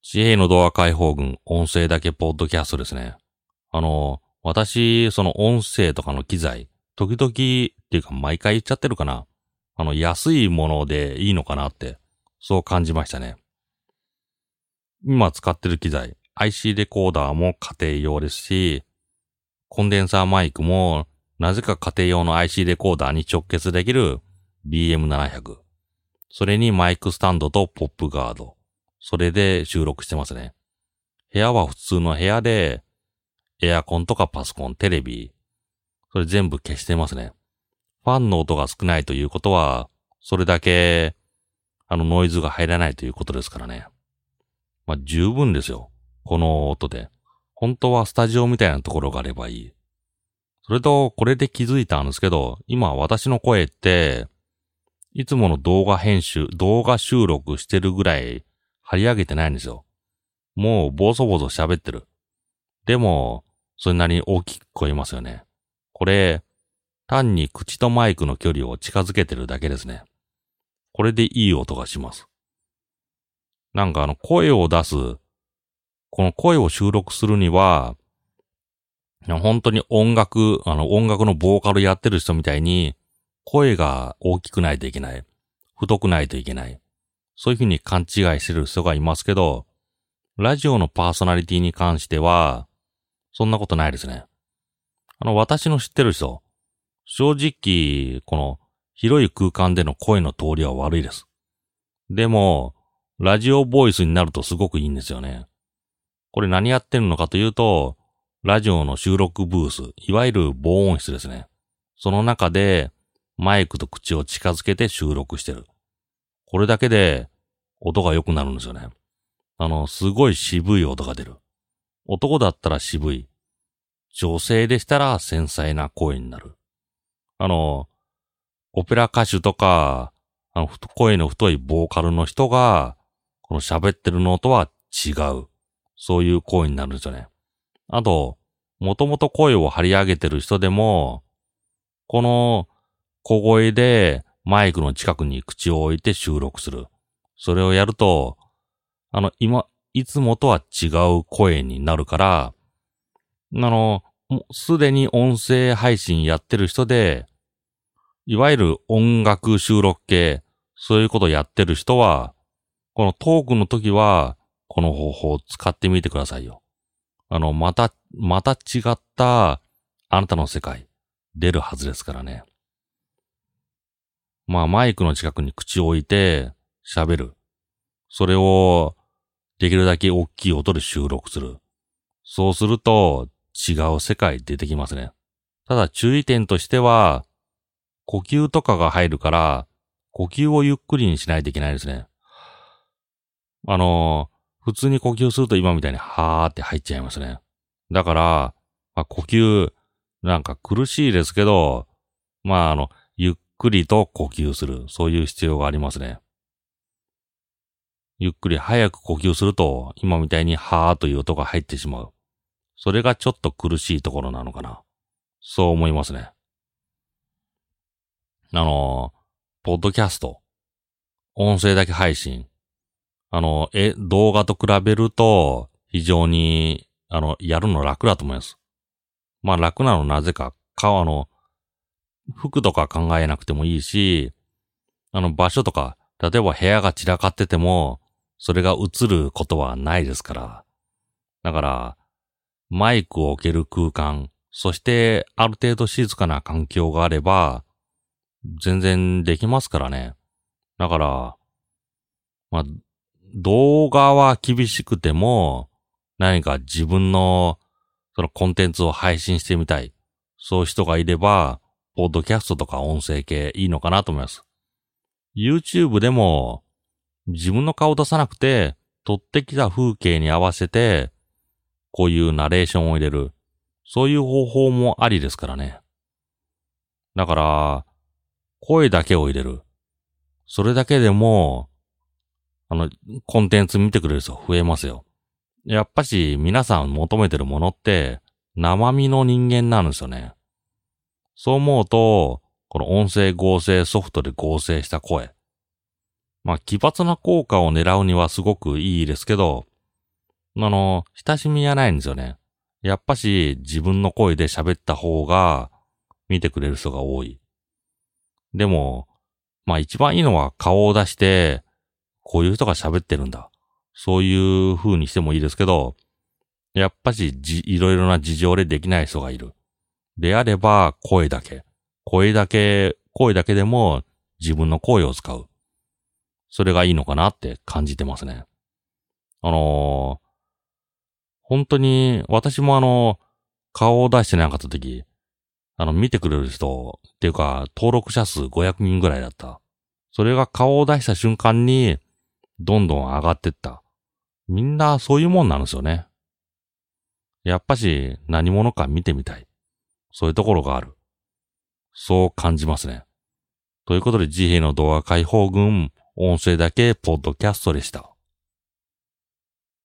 紙幣の動画解放群、音声だけポッドキャストですね。私、その音声とかの機材、時々っていうか毎回言っちゃってるかな。安いものでいいのかなって、そう感じましたね。今使ってる機材、IC レコーダーも家庭用ですし、コンデンサーマイクも、なぜか家庭用の IC レコーダーに直結できる BM700。それにマイクスタンドとポップガード。それで収録してますね。部屋は普通の部屋で、エアコンとかパソコン、テレビ、それ全部消してますね。ファンの音が少ないということは、それだけ、ノイズが入らないということですからね。まあ、十分ですよ。この音で。本当はスタジオみたいなところがあればいい。それと、これで気づいたんですけど、今私の声って、いつもの動画収録してるぐらい張り上げてないんですよ。もうボソボソ喋ってる。でも、それなりに大きく聞こえますよね。これ、単に口とマイクの距離を近づけてるだけですね。これでいい音がします。なんか声を出す、この声を収録するには、本当に音楽のボーカルやってる人みたいに、声が大きくないといけない。太くないといけない。そういうふうに勘違いしてる人がいますけど、ラジオのパーソナリティに関しては、そんなことないですね。私の知ってる人、正直、この広い空間での声の通りは悪いです。でも、ラジオボイスになるとすごくいいんですよね。これ何やってるのかというと、ラジオの収録ブース、いわゆる防音室ですね。その中でマイクと口を近づけて収録してる。これだけで音が良くなるんですよね。すごい渋い音が出る。男だったら渋い。女性でしたら繊細な声になる。オペラ歌手とか、声の太いボーカルの人が、この喋ってるのとは違う。そういう声になるんですよね。あと、もともと声を張り上げてる人でも、この小声でマイクの近くに口を置いて収録する。それをやると、いつもとは違う声になるから、もうすでに音声配信やってる人で、いわゆる音楽収録系、そういうことやってる人は、このトークの時は、この方法を使ってみてくださいよ。また違ったあなたの世界、出るはずですからね。まあ、マイクの近くに口を置いて、喋る。それを、できるだけ大きい音で収録する。そうすると、違う世界出てきますね。ただ注意点としては、呼吸とかが入るから、呼吸をゆっくりにしないといけないですね。普通に呼吸すると今みたいにはーって入っちゃいますね。だから、呼吸、なんか苦しいですけど、ゆっくりと呼吸する。そういう必要がありますね。ゆっくり早く呼吸すると、今みたいにはーという音が入ってしまう。それがちょっと苦しいところなのかな。そう思いますね。ポッドキャスト。音声だけ配信。動画と比べると、非常に、やるの楽だと思います。まあ楽なのなぜか、服とか考えなくてもいいし、場所とか、例えば部屋が散らかってても、それが映ることはないですから。だから、マイクを置ける空間、そしてある程度静かな環境があれば、全然できますからね。だから、まあ、動画は厳しくても、何か自分のそのコンテンツを配信してみたい。そういう人がいれば、ポッドキャストとか音声系いいのかなと思います。YouTube でも、自分の顔出さなくて、撮ってきた風景に合わせて、こういうナレーションを入れる。そういう方法もありですからね。だから、声だけを入れる。それだけでも、コンテンツ見てくれる人増えますよ。やっぱし皆さん求めてるものって生身の人間なんですよね。そう思うと、この音声合成ソフトで合成した声。奇抜な効果を狙うにはすごくいいですけど、 親しみはないんですよね。やっぱし自分の声で喋った方が見てくれる人が多い。でも、まあ一番いいのは顔を出して、こういう人が喋ってるんだ。そういう風にしてもいいですけど、やっぱしいろいろな事情でできない人がいる。であれば声だけでも自分の声を使う。それがいいのかなって感じてますね。本当に私も顔を出してなかった時、見てくれる人っていうか登録者数500人ぐらいだった。それが顔を出した瞬間にどんどん上がってった。みんなそういうもんなんですよね。やっぱし何者か見てみたい。そういうところがある。そう感じますね。ということで、自閉の動画解放軍、音声だけポッドキャストでした。